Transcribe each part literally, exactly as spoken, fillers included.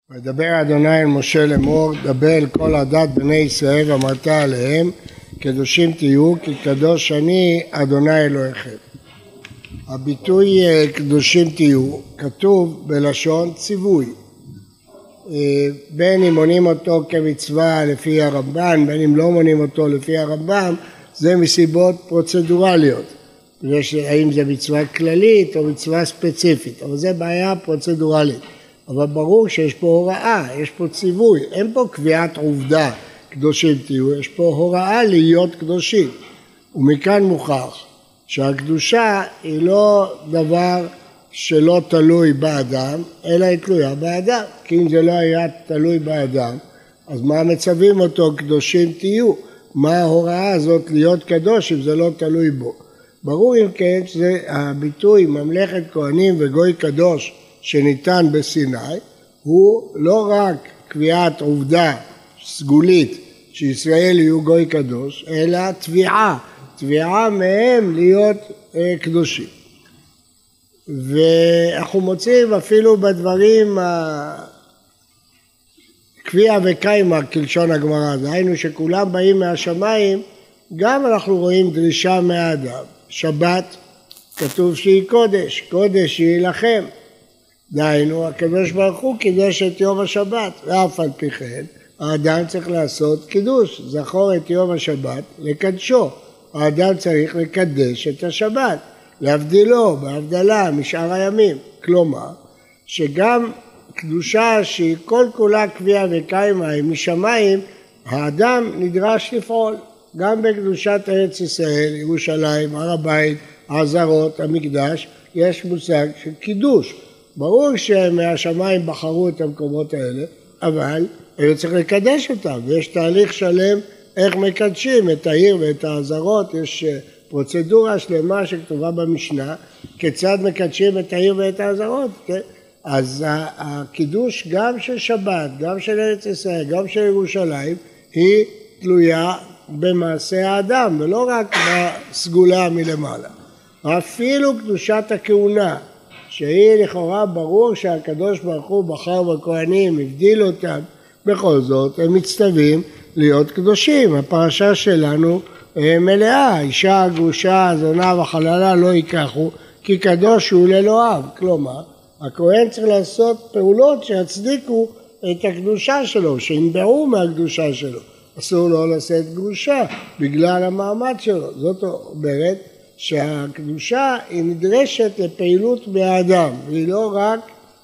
וידבר אדוני אל משה לאמור, דבר אל כל עדת בני ישראל ואמרת עליהם, קדושים תהיו, כי קדוש אני אדוני אלוהיכם. הביטוי קדושים תהיו כתוב בלשון ציווי, בין אם מונים אותו כמצווה לפי הרמב"ן, בין אם לא מונים אותו לפי הרמב"ם, זה מסיבות פרוצדורליות. יש, האם זה מצווה כללית או מצווה ספציפית, אבל זה בעיה פרוצדורלית. אבל ברור שיש פה הוראה, יש פה ציווי, אין פה קביעת עובדה קדושים תהיו, יש פה הוראה להיות קדושים. ומכאן מוכח שהקדושה היא לא דבר שלא תלוי באדם, אלא היא תלויה באדם. כי אם זה לא היה תלוי באדם, אז מה מצווים אותו קדושים תהיו? מה ההוראה הזאת להיות קדוש אם זה לא תלוי בו? ברור אם כן שזה הביטוי ממלכת כהנים וגוי קדוש שניתן בסיני, הוא לא רק קביעת עובדה סגולית שישראל יהיו גוי קדוש, אלא תביעה, תביעה מהם להיות אה, קדושים. ואנחנו מוצאים אפילו בדברים קביעה וקיימה כלשון הגמרא, דהיינו שכולם באים מהשמיים, גם אנחנו רואים דרישה מהאדם. שבת כתוב שהיא קודש, קודש היא לכם. דהיינו, הקדוש ברוך הוא קידש את יום השבת, ואף על פי כן, האדם צריך לעשות קידוש, זכור את יום השבת לקדשו. האדם צריך לקדש את השבת, להבדילו בהבדלה משאר הימים. כלומר, שגם קדושה שהיא כל כולה קביעה וקיימה היא משמיים, האדם נדרש לפעול. גם בקדושת ארץ ישראל, ירושלים, הר הבית, העזרות, המקדש, יש מושג של קידוש. ברור שמהשמיים בחרו את המקומות האלה, אבל היו צריך לקדש אותם, ויש תהליך שלם איך מקדשים את העיר ואת העזרות, יש פרוצדורה שלמה שכתובה במשנה, כיצד מקדשים את העיר ואת העזרות, כן? אז הקידוש גם של שבת, גם של ארץ ישראל, גם של ירושלים, היא תלויה במעשה האדם, ולא רק בסגולה מלמעלה. אפילו קדושת הכהונה, שהיא לכאורה ברור שהקדוש ברוך הוא בחר בכהנים, הבדיל אותם, בכל זאת הם מצטווים להיות קדושים. הפרשה שלנו מלאה, אישה, גרושה, זונה וחללה לא ייקחו, כי קדוש הוא לאלוהיו. כלומר, הכהן צריך לעשות פעולות שיצדיקו את הקדושה שלו, שינבעו מהקדושה שלו. אסור לו לשאת גרושה בגלל המעמד שלו. זאת אומרת שהקדושה היא נדרשת לפעילות באדם, והיא לא רק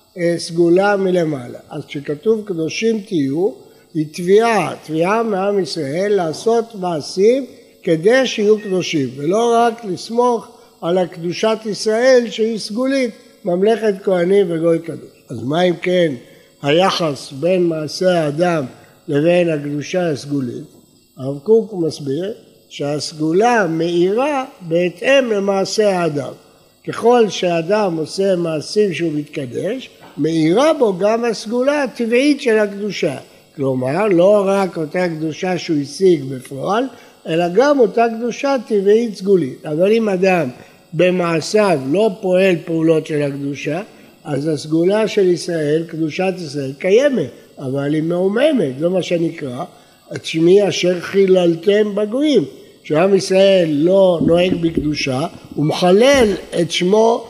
סגולה מלמעלה. אז כשכתוב קדושים תהיו, היא תביעה, תביעה מעם ישראל לעשות מעשים כדי שיהיו קדושים, ולא רק לסמוך על הקדושת ישראל שהיא סגולית, ממלכת כהנים וגוי קדוש. אז מה אם כן היחס בין מעשה האדם לבין הקדושה הסגולית? הרב קוק מסביר שהסגולה מאירה בהתאם למעשה האדם. ככל שהאדם עושה מעשים שהוא מתקדש, מאירה בו גם הסגולה הטבעית של הקדושה. כלומר, לא רק אותה קדושה שהוא השיג בפועל, אלא גם אותה קדושה טבעית סגולית. אבל אם אדם במעשיו לא פועל פעולות של הקדושה, אז הסגולה של ישראל, קדושת ישראל, קיימת, אבל היא מעוממת. זה מה שנקרא, את שמי אשר חיללתם בגויים. שעם ישראל לא נוהג בקדושה, הוא מחלל את שמו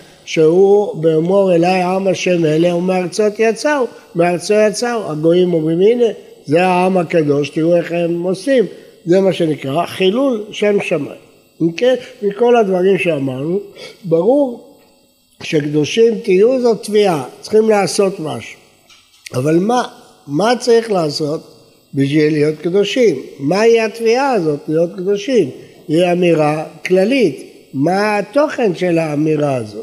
שהוא באמור אליי עם השם אלה ומארצות יצאו, מארצו יצאו. הגויים אומרים הנה זה העם הקדוש, תראו איך הם עושים. זה מה שנקרא חילול שם שמיים. כן? מכל הדברים שאמרנו, ברור שקדושים תהיו זאת תביעה, צריכים לעשות משהו. אבל מה? מה צריך לעשות בשביל להיות קדושים? מהי התביעה הזאת להיות קדושים? היא אמירה כללית. מה התוכן של האמירה הזאת?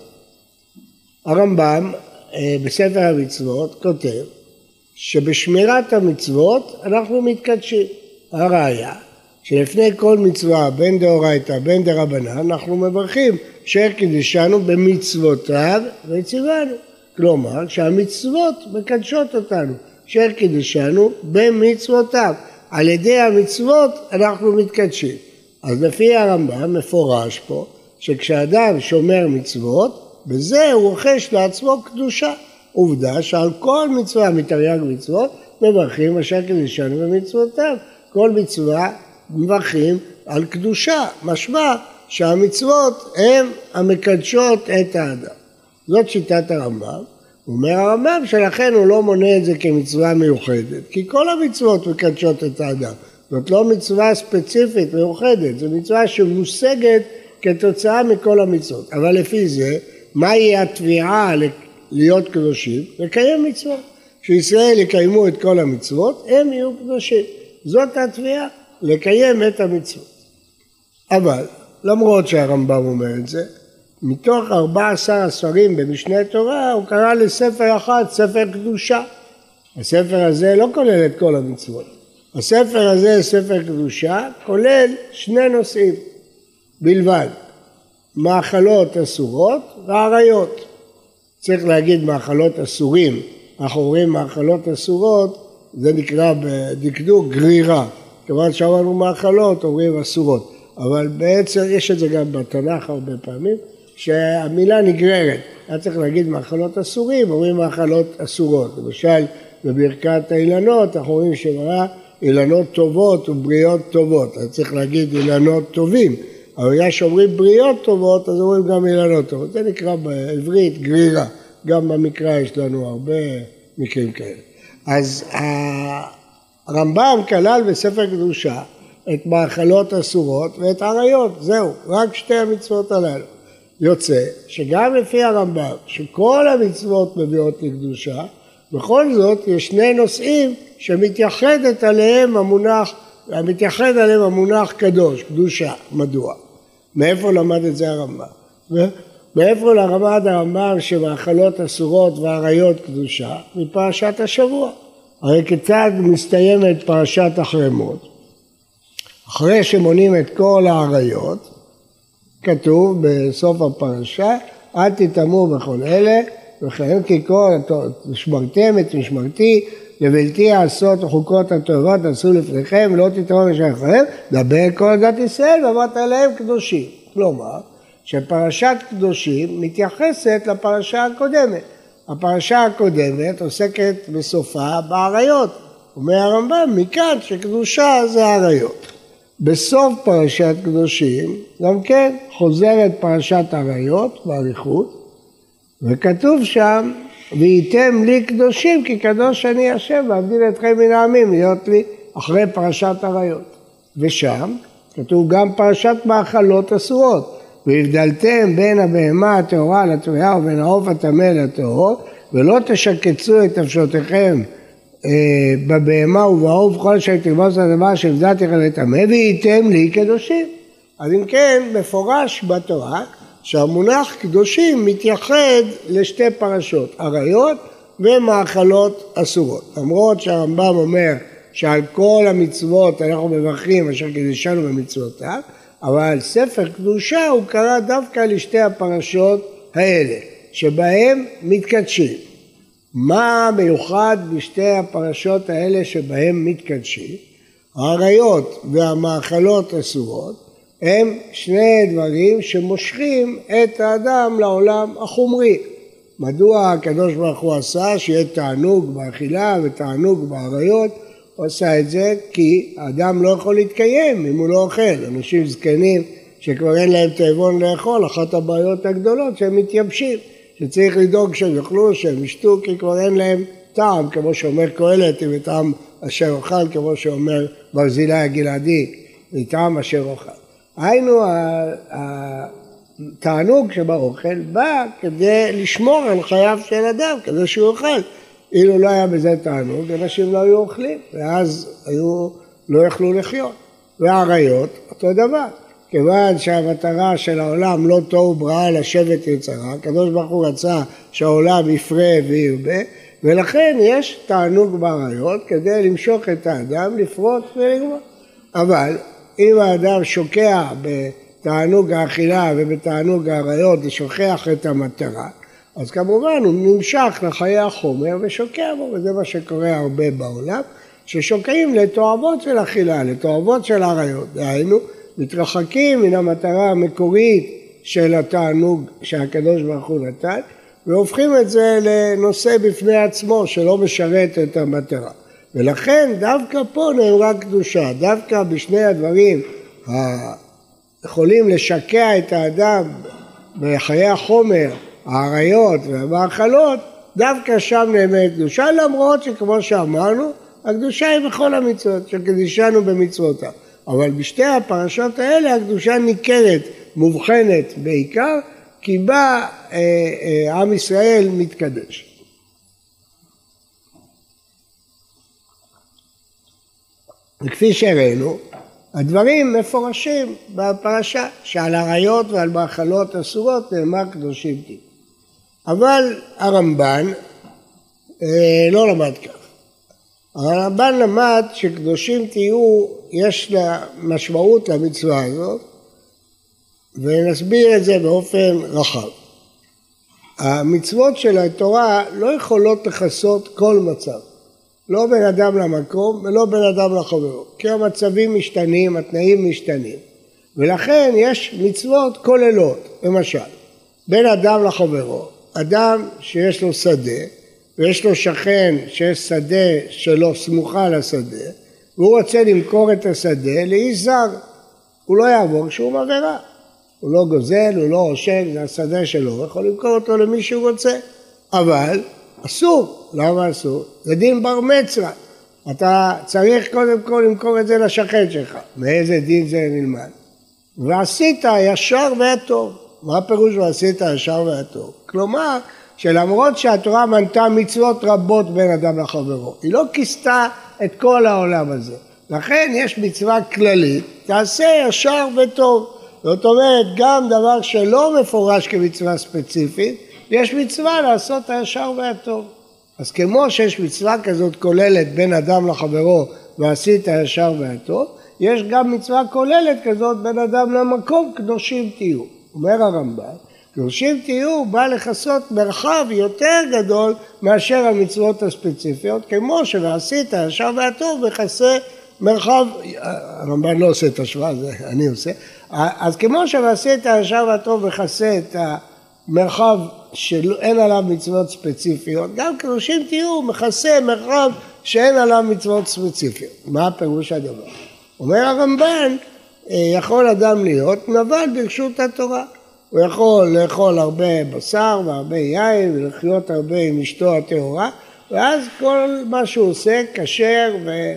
הרמב"ם בספר המצוות כותב שבשמירת המצוות אנחנו מתקדשים. הראיה שלפני כל מצווה בין דאורייתא בין דרבנן אנחנו מברכים אשר קידשנו במצוותיו וציוונו. כלומר שהמצוות מקדשות אותנו, אשר קידשנו במצוותיו. על ידי המצוות אנחנו מתקדשים. אז לפי הרמב"ם מפורש פה שכשאדם שומר מצוות, בזה הוא רוכש לעצמו קדושה. עובדה שעל כל מצווה מתרי"ג מצוות מברכים אשר קידשנו במצוותיו. כל מצווה מברכים על קדושה, משמע שהמצוות הן המקדשות את האדם. זאת שיטת הרמב"ם. אומר הרמב"ם שלכן הוא לא מונה את זה כמצווה מיוחדת, כי כל המצוות מקדשות את האדם. זאת לא מצווה ספציפית מיוחדת, זו מצווה שמושגת כתוצאה מכל המצוות. אבל לפי זה, מהי התביעה להיות קדושים? לקיים מצוות. כשישראל יקיימו את כל המצוות, הם יהיו קדושים. זאת התביעה, לקיים את המצוות. אבל, למרות שהרמב"ם אומר את זה, מתוך ארבע עשר הספרים במשנה תורה, הוא קרא לספר אחד, ספר קדושה. הספר הזה לא כולל את כל המצוות. הספר הזה, ספר קדושה, כולל שני נושאים בלבד. מאכלות אסורות ועריות. צריך להגיד מאכלות אסורים. אנחנו אומרים מאכלות אסורות, זה נקרא בדקדוק גרירה. כיוון שאמרנו מאכלות, אומרים אסורות. אבל בעצם יש את זה גם בתנ"ך הרבה פעמים, שהמילה נגררת. היה צריך להגיד מאכלות אסורים, אומרים מאכלות אסורות. למשל, בברכת האילנות, אנחנו אומרים שמראה אילנות טובות ובריאות טובות. אז צריך להגיד אילנות טובים. אבל יש שאומרים בריאות טובות, אז אומרים גם אילנות טובות. זה נקרא בעברית גרירה. גם במקרא יש לנו הרבה מקרים כאלה. אז הרמב"ם כלל בספר קדושה את מאכלות אסורות ואת עריות. זהו, רק שתי המצוות הללו. יוצא שגם לפי הרמב"ם, שכל המצוות מביאות לקדושה, בכל זאת יש שני נושאים שמתייחדת עליהם המונח, מתייחד עליהם המונח קדוש, קדושה. מדוע? מאיפה למד את זה הרמב"ם? מאיפה למד הרמב"ם שמאכלות אסורות ועריות קדושה? מפרשת השבוע. הרי כיצד מסתיימת פרשת אחרי מות? אחרי שמונים את כל העריות, כתוב בסוף הפרשה, אל תטמאו בכל אלה, וכן כי כל, שמרתם את משמרתי, לבלתי לעשות חוקות הטובות עשו לפניכם, לא תטמאו משלכם, דבר כל דת ישראל ואמרת עליהם קדושים. כלומר, שפרשת קדושים מתייחסת לפרשה הקודמת. הפרשה הקודמת עוסקת בסופה בעריות. אומר הרמב"ם, מכאן שקדושה זה עריות. בסוף פרשת קדושים, גם כן חוזרת פרשת עריות באריכות, וכתוב שם, והייתם לי קדושים כי קדוש אני השם, ואבדיל אתכם מן העמים להיות לי אחרי פרשת עריות. ושם כתוב גם פרשת מאכלות אסורות, והבדלתם בין הבהמה הטהורה לטמאה ובין העוף הטמא לטהור, ולא תשקצו את נפשותיכם בבהמה ובעוף כל אשר תרמוס לדבר שהבדלתכם לטמא, והייתם לי קדושים. אז אם כן, מפורש בתורה שהמונח קדושים מתייחד לשתי פרשות, עריות ומאכלות אסורות. למרות שהרמב"ם אומר שעל כל המצוות אנחנו מברכים אשר קידשנו במצוותיו, אבל ספר קדושה הוא קרא דווקא לשתי הפרשות האלה, שבהם מתקדשים. מה מיוחד בשתי הפרשות האלה שבהם מתקדשים? העריות והמאכלות אסורות הם שני דברים שמושכים את האדם לעולם החומרי. מדוע הקדוש ברוך הוא עשה שיהיה תענוג באכילה ותענוג בעריות? הוא עשה את זה כי האדם לא יכול להתקיים אם הוא לא אוכל. אנשים זקנים שכבר אין להם תאבון לאכול, אחת הבעיות הגדולות שהם מתייבשים, שצריך לדאוג שהם יאכלו, שהם ישתו, כי כבר אין להם טעם, כמו שאומר קהלת, עם טעם אשר אוכל, כמו שאומר ברזילי הגלעדי, עם טעם אשר אוכל. היינו, התענוג שבאוכל בא כדי לשמור על חייו של אדם, כדי שהוא אוכל. אילו לא היה בזה תענוג, אנשים לא היו אוכלים, ואז היו, לא יכלו לחיות. והעריות, אותו דבר. כיוון שהמטרה של העולם לא תוהו בראה לשבת יצרה, הקדוש ברוך הוא רצה שהעולם יפרה וירבה, ולכן יש תענוג בעריות כדי למשוך את האדם לפרוט ולגמור. אבל אם האדם שוקע בתענוג האכילה ובתענוג העריות ושוכח את המטרה, אז כמובן הוא נמשך לחיי החומר ושוקע בו, וזה מה שקורה הרבה בעולם, ששוקעים לתועבות של אכילה, לתועבות של עריות, דהיינו, מתרחקים מן המטרה המקורית של התענוג שהקדוש ברוך הוא נתן, והופכים את זה לנושא בפני עצמו שלא משרת את המטרה. ולכן דווקא פה נאמרה קדושה, דווקא בשני הדברים יכולים לשקע את האדם בחיי החומר, העריות והמאכלות, דווקא שם נאמרת קדושה, למרות שכמו שאמרנו, הקדושה היא בכל המצוות, שקדישנו במצוותיו. אבל בשתי הפרשות האלה הקדושה ניכרת, מובחנת בעיקר, כי בה אה, אה, עם ישראל מתקדש. וכפי שהראינו, הדברים מפורשים בפרשה, שעל עריות ועל מאכלות אסורות נאמר קדושים תהיו. אבל הרמב"ן אה, לא למד כך. הרמב"ן למד שקדושים תהיו, יש לה משמעות למצווה הזאת, ונסביר את זה באופן רחב. המצוות של התורה לא יכולות לכסות כל מצב. לא בין אדם למקום ולא בין אדם לחברו. כי המצבים משתנים, התנאים משתנים. ולכן יש מצוות כוללות. למשל, בין אדם לחברו, אדם שיש לו שדה, ויש לו שכן שיש שדה שלו סמוכה לשדה, והוא רוצה למכור את השדה לאיש זר. הוא לא יעבור שום עבירה. הוא לא גוזל, הוא לא עושק, זה השדה שלו, הוא יכול למכור אותו למי שהוא רוצה. אבל אסור. למה אסור? זה דין בר מצווה. אתה צריך קודם כל למכור את זה לשכן שלך. מאיזה דין זה נלמד? ועשית ישר והטוב. מה הפירוש ועשית ישר והטוב? כלומר, שלמרות שהתורה מנתה מצוות רבות בין אדם לחברו, היא לא כיסתה את כל העולם הזה. לכן יש מצווה כללית, תעשה ישר וטוב. זאת אומרת, גם דבר שלא מפורש כמצווה ספציפית, יש מצווה לעשות הישר והטוב. אז כמו שיש מצווה כזאת כוללת בין אדם לחברו ועשית הישר והטוב, יש גם מצווה כוללת כזאת בין אדם למקום, קדושים תהיו. אומר הרמב"ן, קדושים תהיו בא לכסות מרחב יותר גדול מאשר המצוות הספציפיות, כמו שעשית הישר והטוב וכסה מרחב, הרמב"ן לא עושה את השוואה, זה אני עושה, אז כמו שעשית הישר והטוב וכסה את המרחב שאין עליו מצוות ספציפיות, גם קדושים תהיו מכסה מרחב שאין עליו מצוות ספציפיות. מה הפירוש הדבר? אומר הרמב"ן, יכול אדם להיות נבל ברשות התורה. הוא יכול לאכול הרבה בשר והרבה יין ולחיות הרבה עם אשתו הטהורה, ואז כל מה שהוא עושה כשר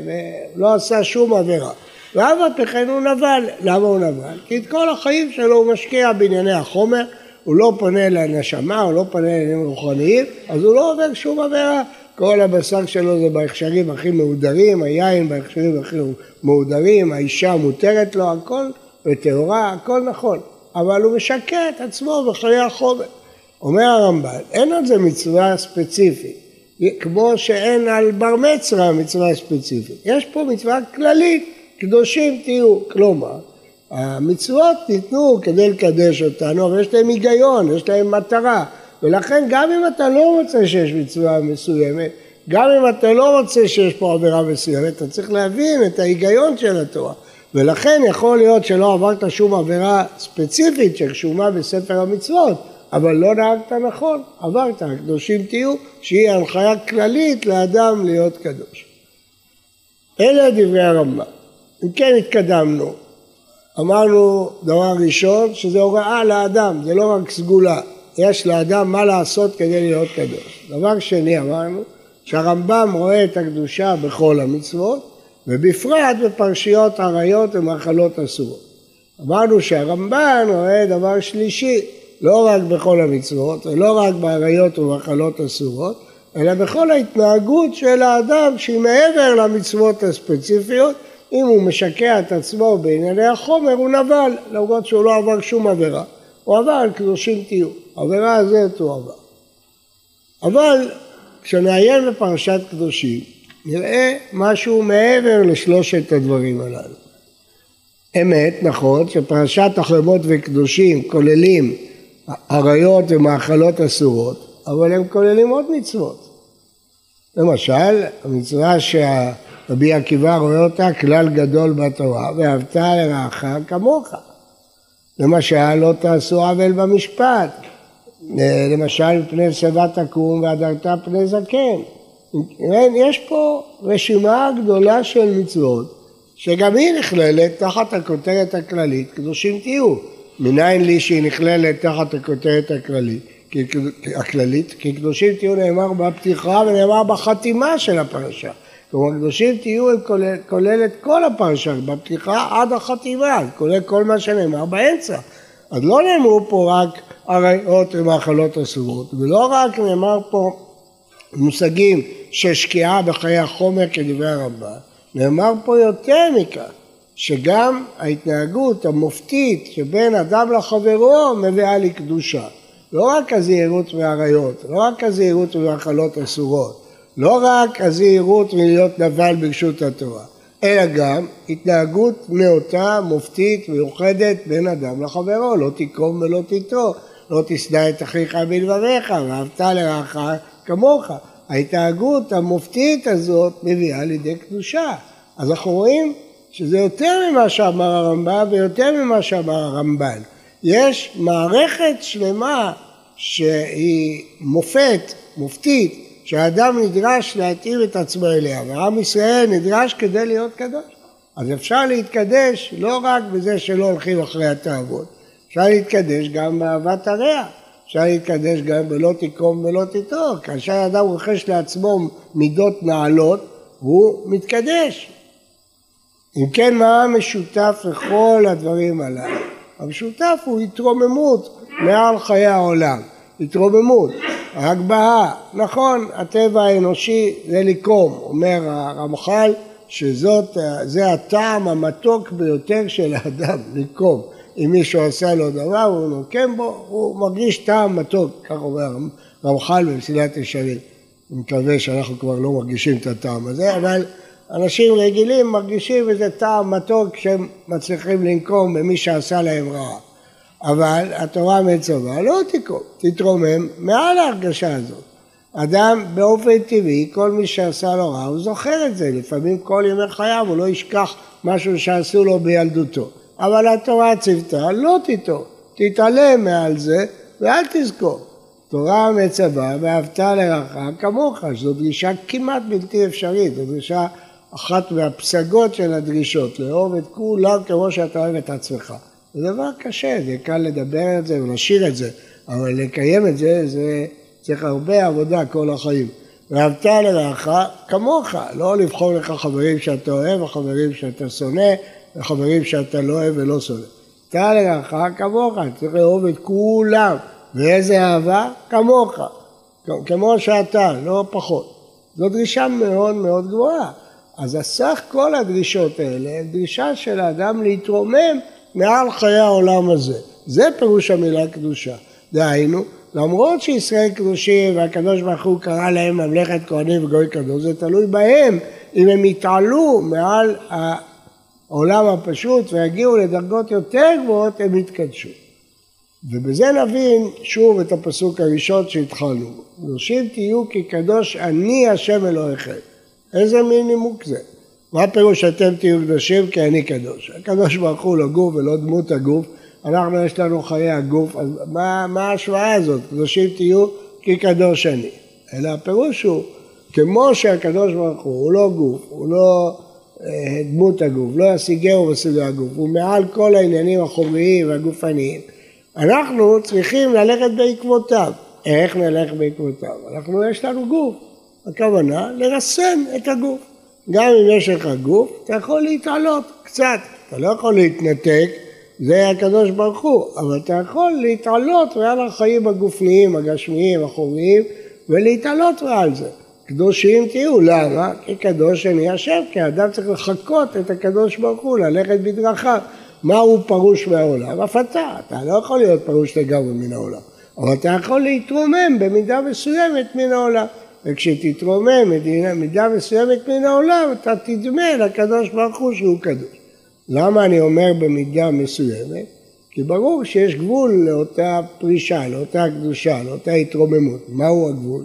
ולא עשה שום עבירה. ואף על פי כן הוא נבל. למה הוא נבל? כי את כל החיים שלו הוא משקיע בענייני החומר, הוא לא פונה לנשמה, הוא לא פונה לעניינים רוחניים, אז הוא לא עובר שום עבירה. כל הבשר שלו זה בהכשרים הכי מהודרים, היין בהכשרים הכי מהודרים, האישה מותרת לו, הכל וטהורה, הכל נכון. אבל הוא משקע את עצמו בחיי החומר. אומר הרמב"ן, אין על זה מצווה ספציפית, כמו שאין על בר מצווה מצווה ספציפית. יש פה מצווה כללית, קדושים תהיו. כלומר, המצוות ניתנו כדי לקדש אותנו, אבל יש להם היגיון, יש להם מטרה. ולכן גם אם אתה לא רוצה שיש מצווה מסוימת, גם אם אתה לא רוצה שיש פה עבירה מסוימת, אתה צריך להבין את ההיגיון של התורה. ולכן יכול להיות שלא עברת שום עבירה ספציפית שרשומה בספר המצוות, אבל לא נהגת נכון, עברת, קדושים תהיו, שהיא הנחיה כללית לאדם להיות קדוש. אלה דברי הרמב"ן. אם כן התקדמנו, אמרנו דבר ראשון שזה הוראה לאדם, זה לא רק סגולה, יש לאדם מה לעשות כדי להיות קדוש. דבר שני אמרנו שהרמב"ם רואה את הקדושה בכל המצוות, ובפרט בפרשיות עריות ומאכלות אסורות. אמרנו שהרמב"ן רואה דבר שלישי, לא רק בכל המצוות, ולא רק בעריות ומאכלות אסורות, אלא בכל ההתנהגות של האדם שהיא מעבר למצוות הספציפיות. אם הוא משקע את עצמו בענייני החומר, הוא נבל, למרות שהוא לא עבר שום עבירה. הוא עבר על קדושים תהיו, העבירה הזאת הוא עבר. אבל כשנעיין בפרשת קדושים, נראה משהו מעבר לשלושת הדברים הללו. אמת, נכון, שפרשת החרמות וקדושים כוללים עריות ומאכלות אסורות, אבל הם כוללים עוד מצוות. למשל, המצווה שרבי עקיבא רואה אותה כלל גדול בתורה, ואהבת לרעך כמוך. למשל, לא תעשו עוול במשפט, למשל פני שיבה תקום והדרת פני זקן. יש פה רשימה גדולה של מצוות שגם היא נכללת תחת הכותרת הכללית, קדושים תהיו. מניין לי שהיא נכללת תחת הכותרת הכללית? הכללית, כי קדושים תהיו נאמר בפתיחה ונאמר בחתימה של הפרשה. כלומר, קדושים תהיו כולל, כולל את כל הפרשה, בפתיחה עד החתימה, כולל כל מה שנאמר באמצע. אז לא נאמרו פה רק עריות ומאכלות אסורות, ולא רק נאמר פה מושגים של שקיעה בחיי החומר כדברי הרמב"ן, נאמר פה יותר מכך, שגם ההתנהגות המופתית שבין אדם לחברו מביאה לקדושה. לא רק הזהירות מהעריות, לא רק הזהירות ממאכלות אסורות, לא רק הזהירות מלהיות נבל ברשות התורה, אלא גם התנהגות נאותה, מופתית, מיוחדת בין אדם לחברו, לא תקום ולא תיטור, לא תשנא את אחיך בלבביך, ואהבת לרעך כמוך. ההתנהגות המופתית הזאת מביאה לידי קדושה. אז אנחנו רואים שזה יותר ממה שאמר הרמב"ם ויותר ממה שאמר הרמב"ן. יש מערכת שלמה שהיא מופת, מופתית, שהאדם נדרש להתאים את עצמו אליה, ועם ישראל נדרש כדי להיות קדוש. אז אפשר להתקדש לא רק בזה שלא הולכים אחרי התאוות, אפשר להתקדש גם באהבת הרע, אפשר להתקדש גם בלא תקום ולא תיטור. כאשר האדם רוכש לעצמו מידות נעלות, הוא מתקדש. אם כן, מה המשותף לכל הדברים הללו? המשותף הוא התרוממות מעל חיי העולם, התרוממות, הגבהה. נכון, הטבע האנושי זה לקום, אומר הרמח"ל, שזאת, זה הטעם המתוק ביותר של האדם, לקום. אם מישהו עשה לו דבר, הוא נוקם בו, הוא מרגיש טעם מתוק, כך אומר הרמח"ל במסילת ישרים. אני מקווה שאנחנו כבר לא מרגישים את הטעם הזה, אבל אנשים רגילים מרגישים איזה טעם מתוק כשהם מצליחים לנקום במי שעשה להם רע. אבל התורה מצווה לא תקום, תתרומם מעל ההרגשה הזאת. אדם באופן טבעי, כל מי שעשה לו רע, הוא זוכר את זה. לפעמים כל ימי חייו הוא לא ישכח משהו שעשו לו בילדותו. אבל התורה ציוותה לא תיטור, תתעלם מעל זה ואל תזכור. תורה מצווה ואהבת לרעך כמוך, זו דרישה כמעט בלתי אפשרית, זו דרישה אחת מהפסגות של הדרישות, לאהוב את כולם כמו שאתה אוהב את עצמך. זה דבר קשה, זה קל לדבר את זה ולשיר את זה, אבל לקיים את זה, זה צריך הרבה עבודה כל החיים. ואהבת לרעך כמוך, לא לבחור לך חברים שאתה אוהב, חברים שאתה שונא, וחברים שאתה לא אוהב ולא שונא. אהבת לרעך כמוך, צריך לאהוב את כולם, ואיזה אהבה? כמוך, כמו שאתה, לא פחות. זו דרישה מאוד מאוד גבוהה. אז הסך כל הדרישות האלה, דרישה של האדם להתרומם מעל חיי העולם הזה. זה פירוש המילה קדושה. דהיינו, למרות שישראל קדושים והקדוש ברוך הוא קרא להם ממלכת כהנים וגוי קדוש, זה תלוי בהם אם הם יתעלו מעל העולם הפשוט ויגיעו לדרגות יותר גבוהות, הם יתקדשו. ובזה נבין שוב את הפסוק הראשון שהתחלנו. קדושים תהיו כי קדוש אני השם אלוהיכם. איזה מין נימוק זה? מה פירוש שאתם תהיו קדושים כי אני קדוש? הקדוש ברוך הוא לא גוף ולא דמות הגוף, אנחנו יש לנו חיי הגוף, אז מה, מה ההשוואה הזאת? קדושים תהיו כי קדוש אני. אלא הפירוש הוא, כמו שהקדוש ברוך הוא, הוא לא גוף, הוא לא אה, דמות הגוף, לא ישיגהו בסוגי הגוף, הוא מעל כל העניינים החומריים והגופניים, אנחנו צריכים ללכת בעקבותיו. איך נלך בעקבותיו? אנחנו, יש לנו גוף. הכוונה לרסן את הגוף. גם אם יש לך גוף, אתה יכול להתעלות קצת. אתה לא יכול להתנתק, זה הקדוש ברוך הוא, אבל אתה יכול להתעלות ועל החיים הגופניים, הגשמיים, החומריים, ולהתעלות ועל זה. קדושים תהיו, למה? כי קדוש אני השם, כי האדם צריך לחכות את הקדוש ברוך הוא, ללכת בדרכיו. מהו פרוש מהעולם? אף אתה, אתה לא יכול להיות פרוש לגמרי מן העולם, אבל אתה יכול להתרומם במידה מסוימת מן העולם. וכשתתרומם במידה מסוימת מן העולם, אתה תדמה לקדוש ברוך הוא שהוא קדוש. למה אני אומר במידה מסוימת? כי ברור שיש גבול לאותה פרישה, לאותה קדושה, לאותה התרוממות. מהו הגבול?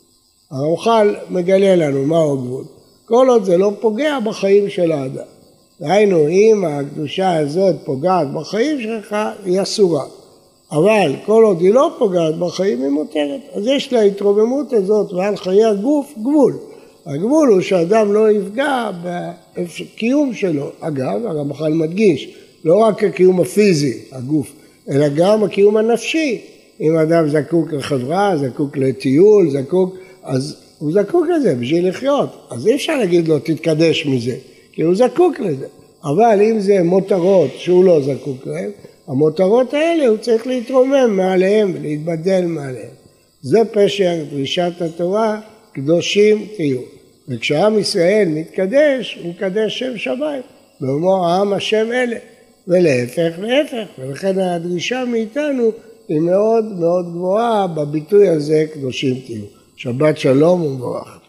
הרמח"ל מגלה לנו מהו הגבול. כל עוד זה לא פוגע בחיים של האדם. דהיינו, אם הקדושה הזאת פוגעת בחיים שלך, היא אסורה. אבל כל עוד היא לא פוגעת בחיים היא מותרת. אז יש לה התרוממות הזאת ועל חיי הגוף גבול. הגבול הוא שאדם לא יפגע בקיום שלו. אגב, הרמח"ל מדגיש, לא רק הקיום הפיזי, הגוף, אלא גם הקיום הנפשי. אם אדם זקוק לחברה, זקוק לטיול, זקוק, אז הוא זקוק לזה בשביל לחיות. אז אי אפשר להגיד לו, תתקדש מזה, כי הוא זקוק לזה. אבל אם זה מותרות שהוא לא זקוק להן, המותרות האלה הוא צריך להתרומם מעליהם ולהתבדל מעליהם. זה פשר דרישת התורה, קדושים תהיו. וכשעם ישראל מתקדש, הוא מקדש שם שמיים. ואומר, העם השם אלה. ולהפך, להפך. ולכן הדרישה מאיתנו היא מאוד מאוד גבוהה בביטוי הזה, קדושים תהיו. שבת שלום ומבורך.